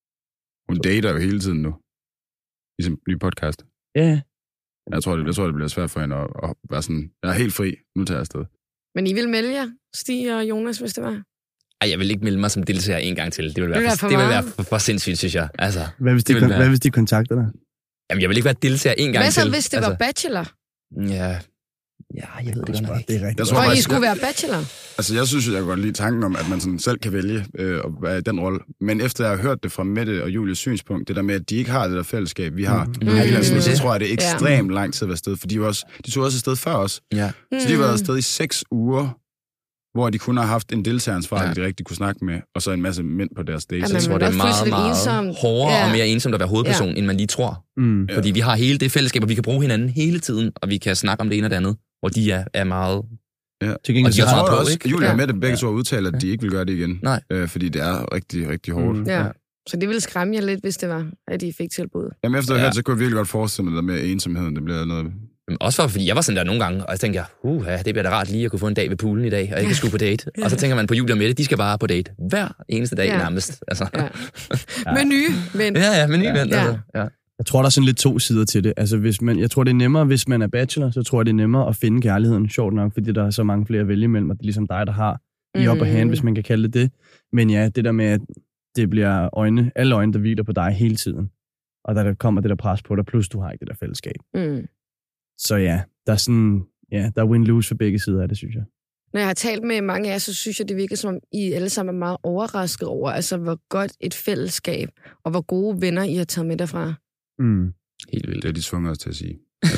Speaker 1: Hun dater jo hele tiden nu. Ligesom ny podcast.
Speaker 5: Ja,
Speaker 1: Jeg tror, det, jeg tror, det bliver svært for hende at, at være sådan, jeg er helt fri, nu tager jeg afsted.
Speaker 3: Men I vil melde jer, Stig og Jonas, hvis det var?
Speaker 2: Ej, jeg vil ikke melde mig som deltager en gang til. Det vil være,
Speaker 3: Det vil være
Speaker 2: for,
Speaker 3: for
Speaker 2: det vil
Speaker 3: meget.
Speaker 2: være for, for sindssygt, synes jeg. Altså,
Speaker 5: hvad hvis de,
Speaker 2: Det vil
Speaker 5: kon-
Speaker 2: være-
Speaker 5: hvad hvis de kontakter dig?
Speaker 2: jamen, jeg vil ikke være deltager en gang
Speaker 3: Hvad så,
Speaker 2: til.
Speaker 3: hvis det
Speaker 2: altså,
Speaker 3: var Bachelor?
Speaker 2: Ja, ja, jeg ved det godt nok ikke.
Speaker 5: Det er rigtigt.
Speaker 1: Jeg tror
Speaker 3: Hvor I
Speaker 1: faktisk-
Speaker 3: skulle være Bachelor?
Speaker 1: Altså, jeg synes jo, jeg kan godt lide tanken om, at man sådan selv kan vælge øh, at være i den rolle. Men efter jeg har hørt det fra Mette og Julies synspunkt, det der med, at de ikke har det der fællesskab, vi har,
Speaker 5: Mm.
Speaker 1: mm. hele
Speaker 2: Mm.
Speaker 1: tiden, så
Speaker 2: Det.
Speaker 1: tror jeg, det er ekstremt lang tid at være afsted. For de, var også, de tog også afsted før os.
Speaker 2: Ja.
Speaker 1: Så de har været afsted i seks uger, hvor de kun har haft en deltageransvar,
Speaker 2: Ja.
Speaker 1: ja. de rigtig kunne snakke med, og så en masse mænd på deres date.
Speaker 3: Ja,
Speaker 1: Så
Speaker 3: men
Speaker 1: jeg
Speaker 2: Jeg
Speaker 1: tror,
Speaker 2: tror, det er
Speaker 3: man også føle
Speaker 2: meget,
Speaker 3: sig lidt
Speaker 2: meget
Speaker 3: ensom.
Speaker 2: hårdere
Speaker 3: Ja.
Speaker 2: og mere ensomt at være hovedperson, ja. end man lige tror.
Speaker 5: Mm.
Speaker 1: Ja.
Speaker 2: Fordi vi har hele det fællesskab, og vi kan bruge hinanden hele tiden, og vi kan snakke om det ene og det andet, hvor de er, er meget...
Speaker 5: Til
Speaker 2: Og
Speaker 5: gengæld,
Speaker 2: de
Speaker 5: så
Speaker 2: har
Speaker 1: jeg
Speaker 2: meget
Speaker 1: tror
Speaker 2: på,
Speaker 1: også,
Speaker 2: ikke?
Speaker 1: Julie
Speaker 3: Ja.
Speaker 1: og Mette begge to har udtalt, at de ikke vil gøre det igen.
Speaker 2: Nej.
Speaker 1: Øh, fordi det er rigtig, rigtig hårdt.
Speaker 5: Mm.
Speaker 1: Mm.
Speaker 3: Ja. Så det ville skræmme jer lidt, hvis det var, at I fik tilbud.
Speaker 1: Jamen efter at have
Speaker 2: Ja.
Speaker 1: hørt, så kunne jeg virkelig godt forestille mig, at med ensomheden, det bliver noget...
Speaker 2: Men også for, fordi jeg var sådan der nogle gange, og så tænkte jeg, uh, det bliver da rart lige at kunne få en dag ved poolen i dag, og ikke skulle på date. Og så tænker man på Julie og Mette, de skal bare på date hver eneste dag
Speaker 3: Ja.
Speaker 2: nærmest. Altså.
Speaker 3: Ja. Med nye mænd.
Speaker 2: Ja, ja, men nye ja.
Speaker 3: Ja.
Speaker 2: Altså. Ja.
Speaker 5: jeg tror, der er sådan lidt to sider til det. Altså, hvis man, jeg tror, det er nemmere, hvis man er bachelor, så tror jeg, det er nemmere at finde kærligheden, sjovt nok, fordi der er så mange flere at vælge imellem, og det er ligesom dig, der har i upper hand, hvis man kan kalde det det. Men ja, det der med, at det bliver øjne, alle øjne, der hviler på dig hele tiden. Og der, der kommer det der pres på dig, plus du har ikke det der fællesskab.
Speaker 3: Mm.
Speaker 5: Så ja, der er sådan, ja, der er win-lose for begge sider af det, synes jeg.
Speaker 3: Når jeg har talt med mange af jer, så synes jeg, det virker som om, I alle sammen er meget overrasket over, altså hvor godt et fællesskab, og hvor gode venner I har taget med derfra.
Speaker 5: Mm.
Speaker 2: Helt vildt.
Speaker 1: Det er de tvunget os til at sige.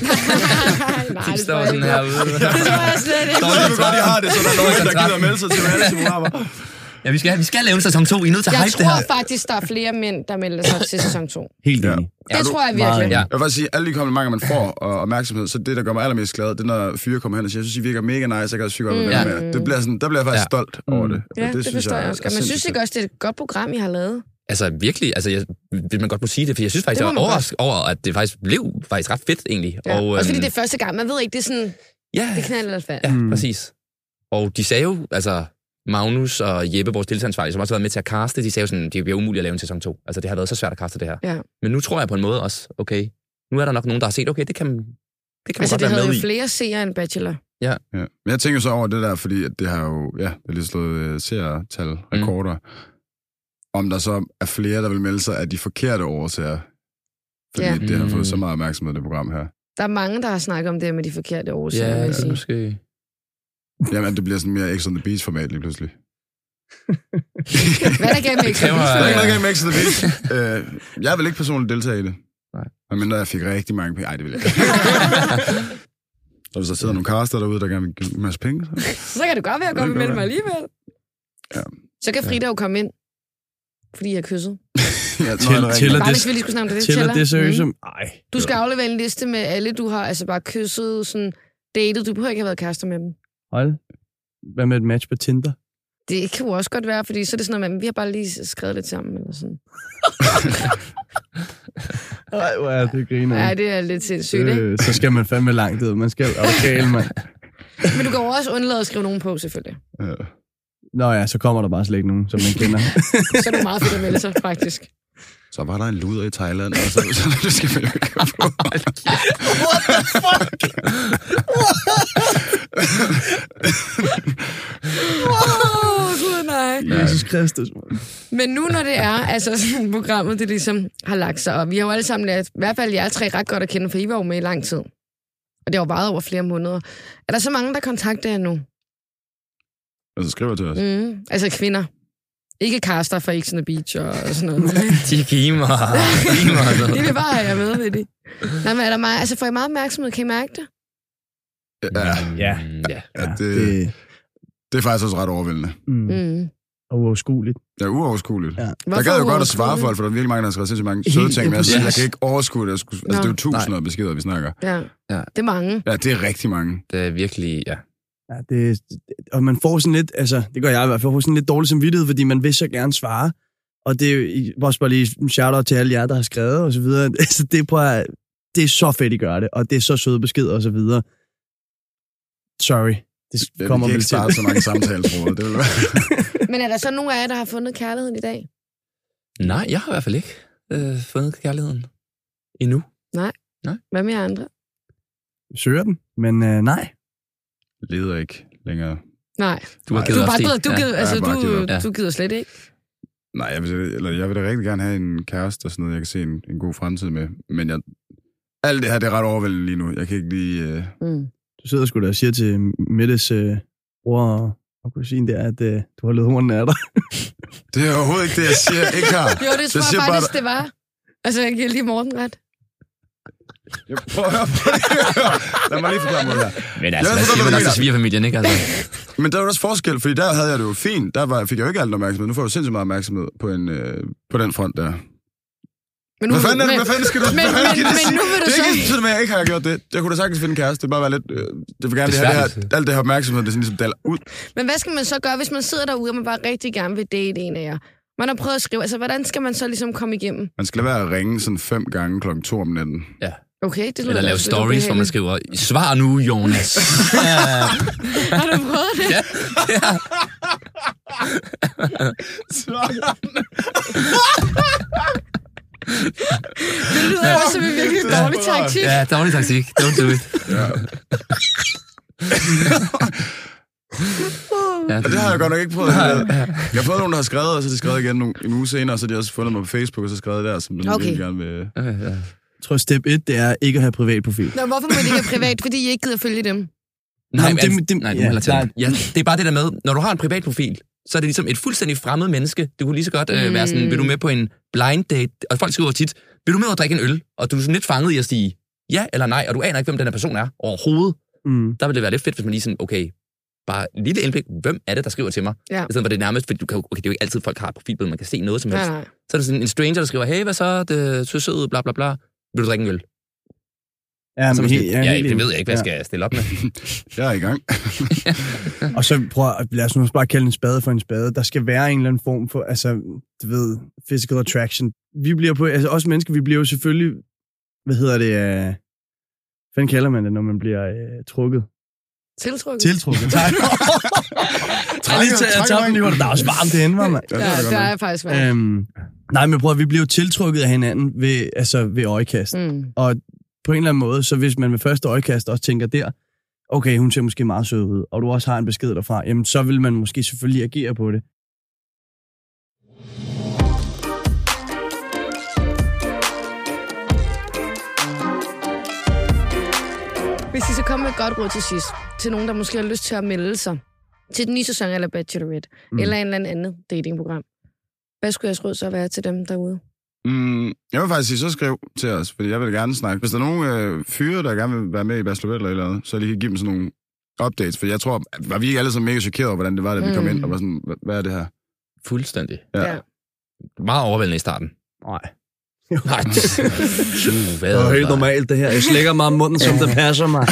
Speaker 3: Nej,
Speaker 2: De
Speaker 3: det
Speaker 2: står
Speaker 3: tror jeg
Speaker 2: sådan
Speaker 3: ikke.
Speaker 2: herude.
Speaker 3: Det tror jeg slet ikke.
Speaker 2: Står de
Speaker 1: Det er godt, I har det, så der er nogen, der
Speaker 2: Kontrakt.
Speaker 1: gider at melde sig til reality-programmer.
Speaker 2: Ja, vi skal, vi skal lave en sæson to. I er nødt til at
Speaker 3: Jeg
Speaker 2: hype det her.
Speaker 3: tror faktisk, der er flere mænd, der melder sig til sæson to.
Speaker 5: Helt
Speaker 1: Ja.
Speaker 5: enig.
Speaker 3: Det
Speaker 1: du-
Speaker 3: tror jeg
Speaker 5: meget
Speaker 3: virkelig.
Speaker 5: enig.
Speaker 2: Ja.
Speaker 1: Jeg vil faktisk sige, alle de komplimenter, man får og opmærksomhed, så det, der gør mig allermest glad, det er, når fyre kommer hen og siger, jeg synes, I virker mega nice, jeg kan også fyre godt
Speaker 3: Mm.
Speaker 1: være
Speaker 2: Ja.
Speaker 1: med. Det bliver sådan, der bliver jeg faktisk
Speaker 2: Ja.
Speaker 1: stolt over det.
Speaker 3: Ja, det, det
Speaker 1: synes
Speaker 3: forstår jeg også
Speaker 1: er
Speaker 3: godt. Men synes
Speaker 1: sindssygt
Speaker 3: ikke også, det er et godt program, I har lavet?
Speaker 2: Altså virkelig, altså jeg, vil man godt må sige det, for jeg synes faktisk,
Speaker 3: Det
Speaker 2: jeg
Speaker 3: må
Speaker 2: var
Speaker 3: man
Speaker 2: overrasket over, at det faktisk blev faktisk ret fedt egentlig.
Speaker 3: Ja.
Speaker 2: Og,
Speaker 3: Også fordi
Speaker 2: øhm,
Speaker 3: det er første gang. Man ved ikke, det er sådan,
Speaker 2: ja,
Speaker 3: det knalder eller fald.
Speaker 2: ja,
Speaker 5: Mm.
Speaker 2: præcis. Og de sagde jo, altså Magnus og Jeppe, vores deltageransvarlige, som også har været med til at caste, de sagde jo sådan, det bliver umuligt at lave en sæson to. Altså det har været så svært at caste det her.
Speaker 3: Ja.
Speaker 2: Men nu tror jeg på en måde også, okay, nu er der nok nogen, der har set, okay, det kan, det kan man
Speaker 3: Altså,
Speaker 2: godt
Speaker 3: det
Speaker 2: være
Speaker 3: havde
Speaker 2: med
Speaker 3: jo
Speaker 2: i.
Speaker 3: flere seere end Bachelor.
Speaker 1: Ja. Men jeg tænker så over det der, fordi at det har jo, ja, det er lige slået uh, seertal, rekorder. Om der så er flere, der vil melde sig af de forkerte årsager. Fordi
Speaker 3: Ja.
Speaker 1: ja. det har fået
Speaker 2: Mm.
Speaker 1: så meget opmærksomhed, det program her.
Speaker 3: Der er mange, der har snakket om det her med de forkerte årsager,
Speaker 2: Ja,
Speaker 3: vil jeg
Speaker 2: ja,
Speaker 3: sige.
Speaker 2: måske.
Speaker 1: Jamen, det bliver sådan mere X on the Beach-format lige pludselig.
Speaker 3: Hvad er der gennem
Speaker 2: Det kræver-
Speaker 1: Der er ikke
Speaker 2: Ja.
Speaker 1: noget med X on the Beach. uh, jeg vil ikke personligt deltage i det.
Speaker 2: Nej.
Speaker 1: Men mindre jeg fik rigtig mange penge. Ej, det vil jeg ikke. Og hvis der sidder nogle caster derude, der gerne vil give en masse penge, så...
Speaker 3: Så kan det godt være, at jeg
Speaker 1: Det
Speaker 3: kommer
Speaker 1: kan
Speaker 3: med
Speaker 1: godt
Speaker 3: mig alligevel.
Speaker 1: Ja.
Speaker 3: Så kan Frida jo komme ind. fordi jeg har kysset.
Speaker 1: Jeg
Speaker 5: Tæller-
Speaker 1: tror,
Speaker 5: tæller
Speaker 3: Bare
Speaker 5: det-
Speaker 3: hvis vi lige skulle snakke om det.
Speaker 5: Tæller det seriøst
Speaker 3: Mm.
Speaker 5: som... Ej.
Speaker 3: Du skal aflevere en liste med alle, du har altså bare kysset, sådan datet. Du behøver ikke have været kærester med dem.
Speaker 5: Hold. Hvad med et match på Tinder?
Speaker 3: Det kan jo også godt være, fordi så er det sådan noget, med, vi har bare lige skrevet lidt sammen. Eller sådan.
Speaker 5: Nej, hvor er det griner.
Speaker 3: Ja, det er lidt sindssygt, ikke?
Speaker 5: øh, Så skal man fandme langt ud. Man skal okay, mand.
Speaker 3: Men du kan jo også undlade at skrive nogen på, selvfølgelig.
Speaker 1: Ja.
Speaker 5: Nå ja, så kommer der bare slet ikke nogen, som man kender.
Speaker 3: Så er det meget fedt at melde sig, faktisk.
Speaker 1: Så var der en luder i Thailand, og så, så det skal man jo ikke på.
Speaker 3: Åh, gud nej.
Speaker 5: Jesus Kristus, man.
Speaker 3: Men nu, når det er, altså sådan, programmet, det ligesom har lagt sig op. Vi har jo alle sammen lært, i hvert fald jer tre ret godt at kende, for I var jo med i lang tid. Og det har jo varet over flere måneder. Er der så mange, der kontakter jer nu?
Speaker 1: Og så skriver til os.
Speaker 3: Mm, altså kvinder. Ikke kaster for X on the Beach og sådan noget.
Speaker 2: De gimer. gimer.
Speaker 3: De vil bare have jer med, ved de. Nej, men er der meget, altså får I meget opmærksomhed? Kan I mærke det?
Speaker 1: Ja,
Speaker 5: Ja.
Speaker 2: ja.
Speaker 1: ja det,
Speaker 5: Det,
Speaker 1: det er faktisk også ret overvældende.
Speaker 5: mm,
Speaker 3: Mm.
Speaker 5: og uoverskueligt.
Speaker 1: Det er uoverskueligt.
Speaker 5: Ja.
Speaker 1: Der gad jo godt at svare folk, for der er virkelig mange, der har skrevet sindssygt mange søde ting, men jeg, synes, jeg kan ikke overskue det. Jeg skulle, altså, det er jo tusinder af beskeder, vi snakker.
Speaker 3: Ja.
Speaker 2: Ja.
Speaker 3: Det er mange.
Speaker 1: Ja, det er rigtig mange.
Speaker 2: Det er virkelig, ja.
Speaker 5: Ja, det, og man får sådan lidt, altså, det gør jeg i hvert fald, får sådan lidt dårlig samvittighed, fordi man vil så gerne svare. Og det er jo også bare lige en shout-out til alle jer, der har skrevet og så videre. Altså, det, prøver jeg, det er så fedt, I gør det, og det er så søde beskeder og så videre. Sorry. Det
Speaker 1: Det
Speaker 5: kommer
Speaker 1: vi kan
Speaker 5: vel
Speaker 1: ikke starte
Speaker 5: til.
Speaker 1: så mange samtaler, tror jeg. Det vil være.
Speaker 3: Men er der så nogen af jer, der har fundet kærligheden i dag?
Speaker 2: Nej, jeg har i hvert fald ikke øh, fundet kærligheden endnu.
Speaker 3: Hvad med jer andre?
Speaker 5: Søger den, men øh, nej.
Speaker 1: Leder ikke længere.
Speaker 3: Nej.
Speaker 2: Du har
Speaker 1: Nej.
Speaker 2: givet
Speaker 3: Du er
Speaker 2: op,
Speaker 3: bare
Speaker 2: Stig.
Speaker 3: givet, du,
Speaker 2: Ja.
Speaker 3: gider, altså,
Speaker 1: Jeg har bare givet
Speaker 3: du,
Speaker 2: op.
Speaker 3: du gider slet ikke.
Speaker 1: Nej, jeg vil, eller jeg vil da rigtig gerne have en kæreste og sådan noget, jeg kan se en, en god fremtid med. Men jeg, alt det her, det er ret overvældende lige nu. Jeg kan ikke lige... Øh...
Speaker 3: Mm.
Speaker 5: Du sidder sgu da og siger til Mettes øh, bror og, og kusine der, at øh, du har løbet hornene af dig.
Speaker 1: Det er overhovedet ikke det, jeg siger. Ikke her.
Speaker 3: Jo, det tror jeg
Speaker 1: siger
Speaker 3: faktisk,
Speaker 1: bare-
Speaker 3: det var. Altså, jeg giver lige Morten ret.
Speaker 1: Jeg prøver at høre. Lad mig lige forklare mig det her.
Speaker 2: Men altså,
Speaker 1: Jeg
Speaker 2: hvad
Speaker 1: forstår,
Speaker 2: siger
Speaker 1: hvad
Speaker 2: man
Speaker 1: du
Speaker 2: også til
Speaker 1: mener.
Speaker 2: svigerfamilien, ikke? Altså,
Speaker 1: Men der var også forskel, fordi der havde jeg det jo fint. Der var, fik jeg jo ikke alt opmærksomhed. Nu får jeg jo sindssygt meget opmærksomhed på, en, øh, på den front der.
Speaker 3: Men nu,
Speaker 1: Hvad fanden, er det,
Speaker 3: men,
Speaker 1: hvad fanden skal du...
Speaker 3: men,
Speaker 1: hvad fanden
Speaker 3: men,
Speaker 1: skal det
Speaker 3: men
Speaker 1: sige?
Speaker 3: nu vil du
Speaker 1: Det er
Speaker 3: så...
Speaker 1: ikke betydet med, at jeg ikke har gjort det. Jeg kunne da sagtens finde en kæreste. Det er bare være lidt... Øh, det vil gerne
Speaker 2: Det
Speaker 1: det
Speaker 2: er
Speaker 1: have det
Speaker 2: svært.
Speaker 1: her, alt det her opmærksomhed, det er sådan ligesom daler ud.
Speaker 3: Men hvad skal man så gøre, hvis man sidder derude, og man bare rigtig gerne vil date en af jer? Man har prøvet at skrive, altså hvordan skal man så ligesom komme igennem?
Speaker 1: Man skal lade være at ringe sådan fem gange klokken to om natten.
Speaker 2: ja.
Speaker 3: Okay, det lyder
Speaker 2: Eller lave
Speaker 3: også lidt
Speaker 2: stories, hvor man
Speaker 3: ubehageligt.
Speaker 2: skriver, svar nu, Jonas. ja.
Speaker 3: Har du prøvet det?
Speaker 2: Ja. ja.
Speaker 3: Det lyder også som en virkelig dårlig taktik.
Speaker 2: Ja, dårlig taktik. Don't do it.
Speaker 1: Ja.
Speaker 2: Ja,
Speaker 1: Og det har jeg godt nok ikke prøvet. Jeg har fået nogen, der har skrevet, og så har de skrevet igen nogle, en uge senere, og så har de også fundet mig på Facebook, og så skrevet der, som de
Speaker 3: Okay.
Speaker 1: virkelig gerne vil...
Speaker 2: Ja, ja.
Speaker 5: Jeg tror, step et, det er ikke at have privat profil.
Speaker 3: Nå, hvorfor må det ikke være privat? Fordi I ikke gider følge dem.
Speaker 2: Nej,
Speaker 5: men
Speaker 2: men,
Speaker 5: det-
Speaker 2: det,
Speaker 5: det-
Speaker 2: nej, du
Speaker 5: ja,
Speaker 2: må til.
Speaker 5: nej.
Speaker 2: Ja, det er bare det der med, når du har en privat profil, så er det ligesom et fuldstændig fremmed menneske. Du kunne lige så godt øh,
Speaker 3: Mm.
Speaker 2: være sådan, vil du med på en blind date? Og folk skriver tit, vil du med at drikke en øl? Og du er sådan lidt fanget i at sige ja eller nej, og du aner ikke, hvem den her person er overhovedet.
Speaker 5: Mm.
Speaker 2: Der vil det være lidt fedt, hvis man lige sådan, okay, bare en lille indblik, hvem er det, der skriver til mig?
Speaker 3: Ja.
Speaker 2: I stedet for det er nærmest, fordi du kan, okay, det er jo ikke altid, folk har et profilbillede, man kan se noget som helst.
Speaker 3: Nej, nej.
Speaker 2: Så er det sådan en stranger, der skriver, hey, hvad så, det er så sød, bla bla bla. Vil du drikke en øl?
Speaker 5: Ja,
Speaker 2: Så
Speaker 5: men
Speaker 2: man
Speaker 5: helt,
Speaker 2: sådan,
Speaker 5: ja,
Speaker 2: ja,
Speaker 5: helt
Speaker 2: det
Speaker 5: enig.
Speaker 2: ved jeg ikke, hvad jeg skal stille op med.
Speaker 1: Jeg er i gang.
Speaker 5: Og så prøv at, lad os nu også bare kalde en spade for en spade. Der skal være en eller anden form for, altså, du ved, physical attraction. Vi bliver på, altså os mennesker, vi bliver jo selvfølgelig, hvad hedder det, uh, hvad kalder man det, når man bliver uh, trukket?
Speaker 3: Tiltrukket.
Speaker 5: Tiltrukket, tak. Jeg lige til at tage den lige, der er også varmt derinde, var man.
Speaker 1: Ja,
Speaker 3: Ja,
Speaker 1: det er
Speaker 3: der
Speaker 1: godt
Speaker 3: er
Speaker 1: nok.
Speaker 3: faktisk været.
Speaker 5: Øhm, nej, men prøv at, vi bliver jo tiltrukket af hinanden ved, altså, ved øjekast.
Speaker 3: Mm.
Speaker 5: Og på en eller anden måde, så hvis man ved første øjekast også tænker der, okay, hun ser måske meget sød ud, og du også har en besked derfra, jamen så vil man måske selvfølgelig agere på det.
Speaker 3: Hvis I så kommer med et godt råd til sidst, til nogen, der måske har lyst til at melde sig til den nye sæson eller Bachelorette, mm. eller en eller anden datingprogram, hvad skulle jeres råd så være til dem derude?
Speaker 1: Mm, jeg vil faktisk sige, så skriv til os, fordi jeg vil gerne snakke. Hvis der er nogen øh, fyre, der gerne vil være med i Bachelorette eller et eller andet, så lige kan give dem sådan nogle updates, for jeg tror, at var vi ikke alle så mega chokerede over, hvordan det var, da vi
Speaker 3: Mm.
Speaker 1: kom ind, og var sådan, hvad, hvad er det her?
Speaker 2: Fuldstændig.
Speaker 1: Ja.
Speaker 3: Ja.
Speaker 2: meget overvældende i starten.
Speaker 5: Nej.
Speaker 2: Nej, uh, hvad
Speaker 5: Det er helt normalt, det her. Jeg slikker mig om munden, som det passer mig.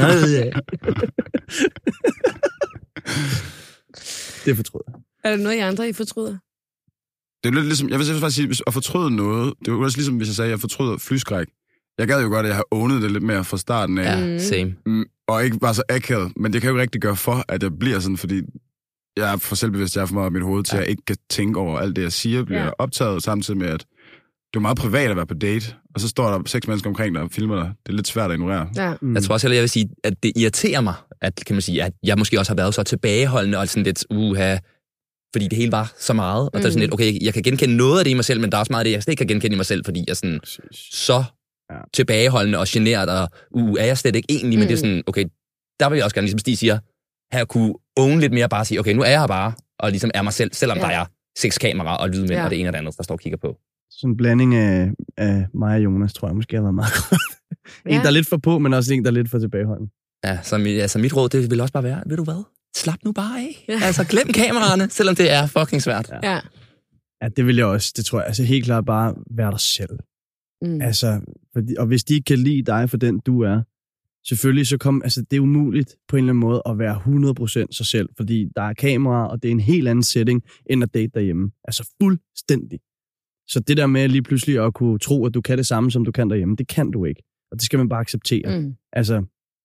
Speaker 5: Det fortryder.
Speaker 3: Er der noget, I andre, I fortryder?
Speaker 1: Det er lidt ligesom, jeg vil faktisk sige, at fortryde noget, det er jo også ligesom, hvis jeg sagde, at jeg fortryder flyskræk. Jeg gad jo godt, at jeg har ownet det lidt mere fra starten af.
Speaker 2: Ja, same.
Speaker 1: Mm, og ikke bare så akavet, men det kan jo ikke rigtig gøre for, at jeg bliver sådan, fordi jeg er for selvbevidst, jeg er for meget af mit hoved til, ja. At jeg ikke kan tænke over alt det, jeg siger, bliver ja. Optaget, samtidig med, at det er meget privat at være på date, og så står der seks mennesker omkring dig og filmer dig. Det er lidt svært at ignorere.
Speaker 3: Ja.
Speaker 5: Mm.
Speaker 2: Jeg tror også, jeg vil sige, at det irriterer mig, at, kan man sige, at jeg måske også har været så tilbageholdende og sådan lidt uha, fordi det hele var så meget. Og mm. der er sådan lidt, okay, jeg kan genkende noget af det i mig selv, men der er også meget af det, jeg slet ikke kan genkende i mig selv, fordi jeg er sådan så ja. Tilbageholdende og generet, og uh, er jeg slet ikke egentlig, men mm. det er sådan, okay, der vil jeg også gerne, ligesom Stig siger, her kunne own lidt mere bare sige, okay, nu er jeg her bare, og ligesom er mig selv, selvom ja. Der er seks kameraer og lydmænd, ja. Og det ene og det andet, der står og kigger på.
Speaker 5: Sådan en blanding af, af mig og Jonas, tror jeg måske har været meget godt. En, ja. Der er lidt for på, men også en, der er lidt for tilbageholden.
Speaker 2: Ja, så mit, altså mit råd, det vil også bare være, ved du hvad? Slap nu bare af. Ja. Altså, glem kameraerne, selvom det er fucking svært.
Speaker 3: Ja.
Speaker 5: Ja, det vil jeg også. Det tror jeg. Altså, helt klart bare være dig selv. Mm. Altså, fordi, og hvis de ikke kan lide dig for den, du er, selvfølgelig så kom, altså, det er umuligt på en eller anden måde at være hundrede procent sig selv, fordi der er kameraer, og det er en helt anden setting, end at date derhjemme. Altså, fuldstændig. Så det der med lige pludselig at kunne tro, at du kan det samme, som du kan derhjemme, det kan du ikke. Og det skal man bare acceptere. Mm. Altså,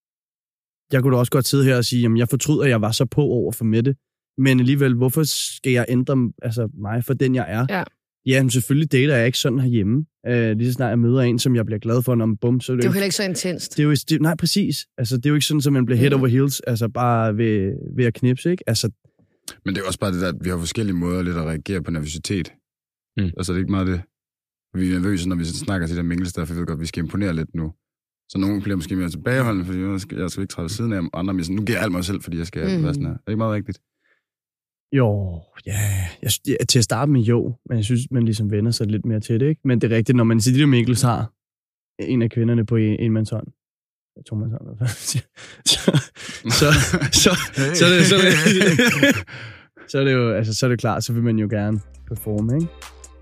Speaker 5: jeg kunne da også godt sidde her og sige, jamen jeg fortryder, at jeg var så på over for Mette, men alligevel, hvorfor skal jeg ændre altså, mig for den, jeg er?
Speaker 3: Ja,
Speaker 5: ja men selvfølgelig dater jeg ikke sådan herhjemme. Øh, lige så snart jeg møder en, som jeg bliver glad for, når man bum, så er det,
Speaker 3: det er jo
Speaker 5: ikke,
Speaker 3: heller ikke så intenst.
Speaker 5: Det er jo, det, nej, præcis. Altså, det er jo ikke sådan, at man bliver head over heels, altså bare ved, ved at knipse, ikke? Altså,
Speaker 1: men det er også bare det der, at vi har forskellige måder lidt at reagere på nervøsitet. Mm. Altså, det er ikke meget det. Vi er nervøse, når vi snakker til det mingelsteder, for vi ved godt, at vi skal imponere lidt nu. Så nogen bliver måske mere tilbageholdende, fordi jeg skal, jeg skal ikke træde ved siden af, og andre siger, nu giver jeg alt mig selv, fordi jeg skal mm. være sådan her. Er det ikke meget rigtigt?
Speaker 5: Jo, ja. Jeg, jeg, til at starte med jo, men jeg synes, man ligesom vender sig lidt mere til det, ikke? Men det er rigtigt, når man siger, at Mikkels har en af kvinderne på en, en mands hånd. To mands hånd, hvad så, så, så, så, så, er det, så, er det, så er det jo, altså, så er det klart, så vil man jo gerne performe, ikke?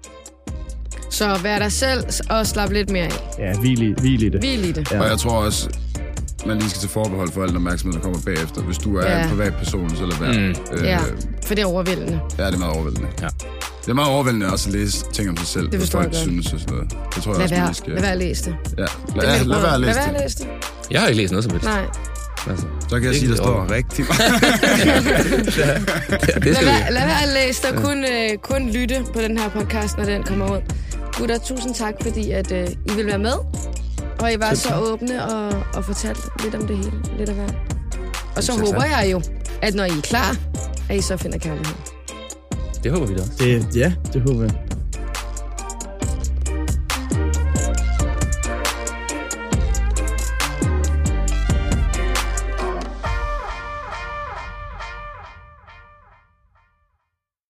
Speaker 3: Så vær dig selv og slap lidt mere af.
Speaker 5: Ja, hvil i, hvil i det.
Speaker 3: Hvil i det.
Speaker 1: Ja. Og jeg tror også, man lige skal til forbehold for al den opmærksomhed, der kommer bagefter. Hvis du er ja. En privat person, så lad være.
Speaker 2: Mm.
Speaker 1: Øh,
Speaker 3: ja, for det er overvældende.
Speaker 1: Ja, det er meget overvældende.
Speaker 2: Ja.
Speaker 1: Det er meget overvældende også at læse ting om sig selv, hvad folk synes og sådan noget. Det tror jeg
Speaker 3: lad
Speaker 1: også,
Speaker 3: være,
Speaker 1: man skal...
Speaker 3: Lad være at læse det.
Speaker 1: Ja, lad, ja, lad være at læse det.
Speaker 3: Lad være at læse det.
Speaker 2: Jeg har ikke læst noget som helst.
Speaker 3: Nej.
Speaker 2: Altså,
Speaker 1: så kan jeg sige, der står rigtig meget.
Speaker 2: ja, det
Speaker 3: lad, være, lad være at læse det, og kun, øh, kun lytte på den her podcast, når den kommer ud. Gutter, tusind tak, fordi at, øh, I vil være med. Og I var så åbne og, og fortalte lidt om det hele. Lidt af hvert. Og så håber jeg jo, at når I er klar, at I så finder kærlighed.
Speaker 2: Det håber vi da også.
Speaker 5: Det, ja, det håber jeg.